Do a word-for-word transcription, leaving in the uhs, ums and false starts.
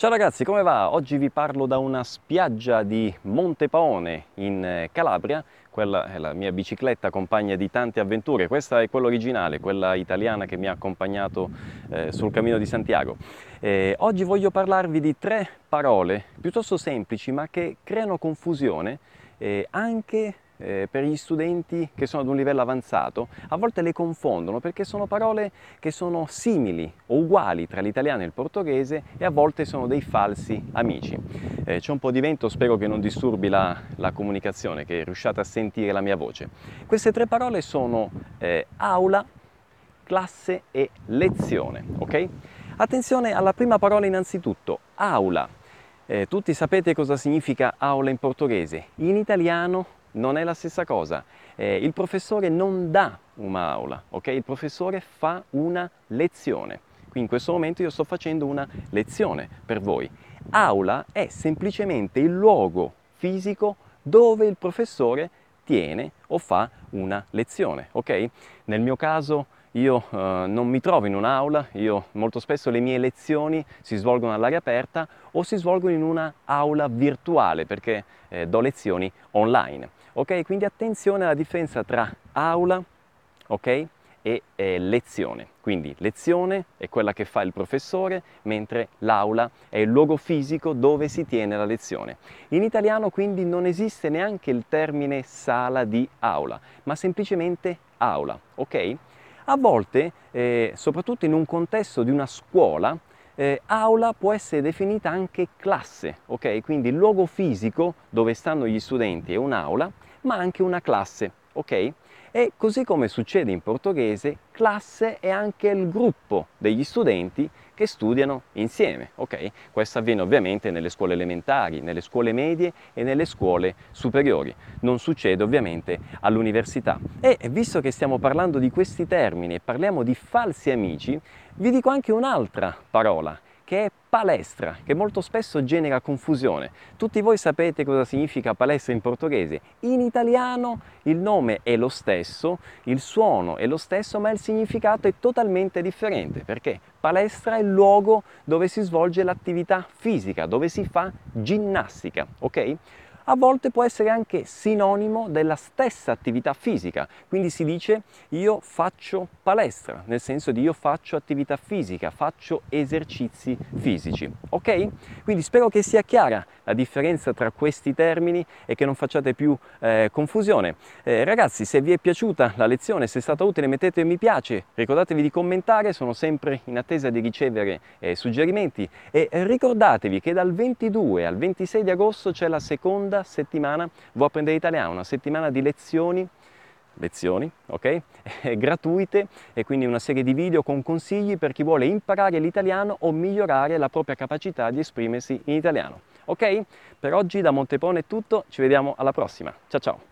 Ciao ragazzi, come va? Oggi vi parlo da una spiaggia di Montepaone in eh, Calabria. Quella è la mia bicicletta compagna di tante avventure. Questa è quella originale, quella italiana che mi ha accompagnato eh, sul Cammino di Santiago. Eh, oggi voglio parlarvi di tre parole piuttosto semplici ma che creano confusione eh, anche eh, per gli studenti che sono ad un livello avanzato. A volte le confondono perché sono parole che sono simili o uguali tra l'italiano e il portoghese e a volte sono dei falsi amici. Eh, c'è un po' di vento, spero che non disturbi la, la comunicazione, che riusciate a sentire la mia voce. Queste tre parole sono eh, aula, classe e lezione, ok? Attenzione alla prima parola innanzitutto, aula. Eh, tutti sapete cosa significa aula in portoghese. In italiano non è la stessa cosa. Eh, il professore non dà un'aula, ok? Il professore fa una lezione. Qui in questo momento io sto facendo una lezione per voi. Aula è semplicemente il luogo fisico dove il professore tiene o fa una lezione, ok? Nel mio caso io eh, non mi trovo in un'aula, io molto spesso le mie lezioni si svolgono all'aria aperta o si svolgono in una aula virtuale perché eh, do lezioni online, ok? Quindi attenzione alla differenza tra aula, ok? E eh, lezione. Quindi lezione è quella che fa il professore, mentre l'aula è il luogo fisico dove si tiene la lezione. In italiano quindi non esiste neanche il termine sala di aula, ma semplicemente aula, ok? A volte, eh, soprattutto in un contesto di una scuola, eh, aula può essere definita anche classe, ok? Quindi il luogo fisico dove stanno gli studenti è un'aula, ma anche una classe, ok? E così come succede in portoghese, classe è anche il gruppo degli studenti che studiano insieme, ok? Questo avviene ovviamente nelle scuole elementari, nelle scuole medie e nelle scuole superiori. Non succede ovviamente all'università. E visto che stiamo parlando di questi termini e parliamo di falsi amici, vi dico anche un'altra parola, che è palestra, che molto spesso genera confusione. Tutti voi sapete cosa significa palestra in portoghese. In italiano il nome è lo stesso, il suono è lo stesso, ma il significato è totalmente differente, perché palestra è il luogo dove si svolge l'attività fisica, dove si fa ginnastica, ok? A volte può essere anche sinonimo della stessa attività fisica, quindi si dice io faccio palestra, nel senso di io faccio attività fisica, faccio esercizi fisici, ok? Quindi spero che sia chiara la differenza tra questi termini e che non facciate più eh, confusione. Eh, ragazzi, se vi è piaciuta la lezione, se è stata utile, mettete mi piace, ricordatevi di commentare, sono sempre in attesa di ricevere eh, suggerimenti e ricordatevi che dal ventidue al ventisei di agosto c'è la seconda settimana Vuoi apprendere italiano, una settimana di lezioni lezioni, ok? gratuite e quindi una serie di video con consigli per chi vuole imparare l'italiano o migliorare la propria capacità di esprimersi in italiano. Ok? Per oggi da Montepaone è tutto, ci vediamo alla prossima. Ciao ciao!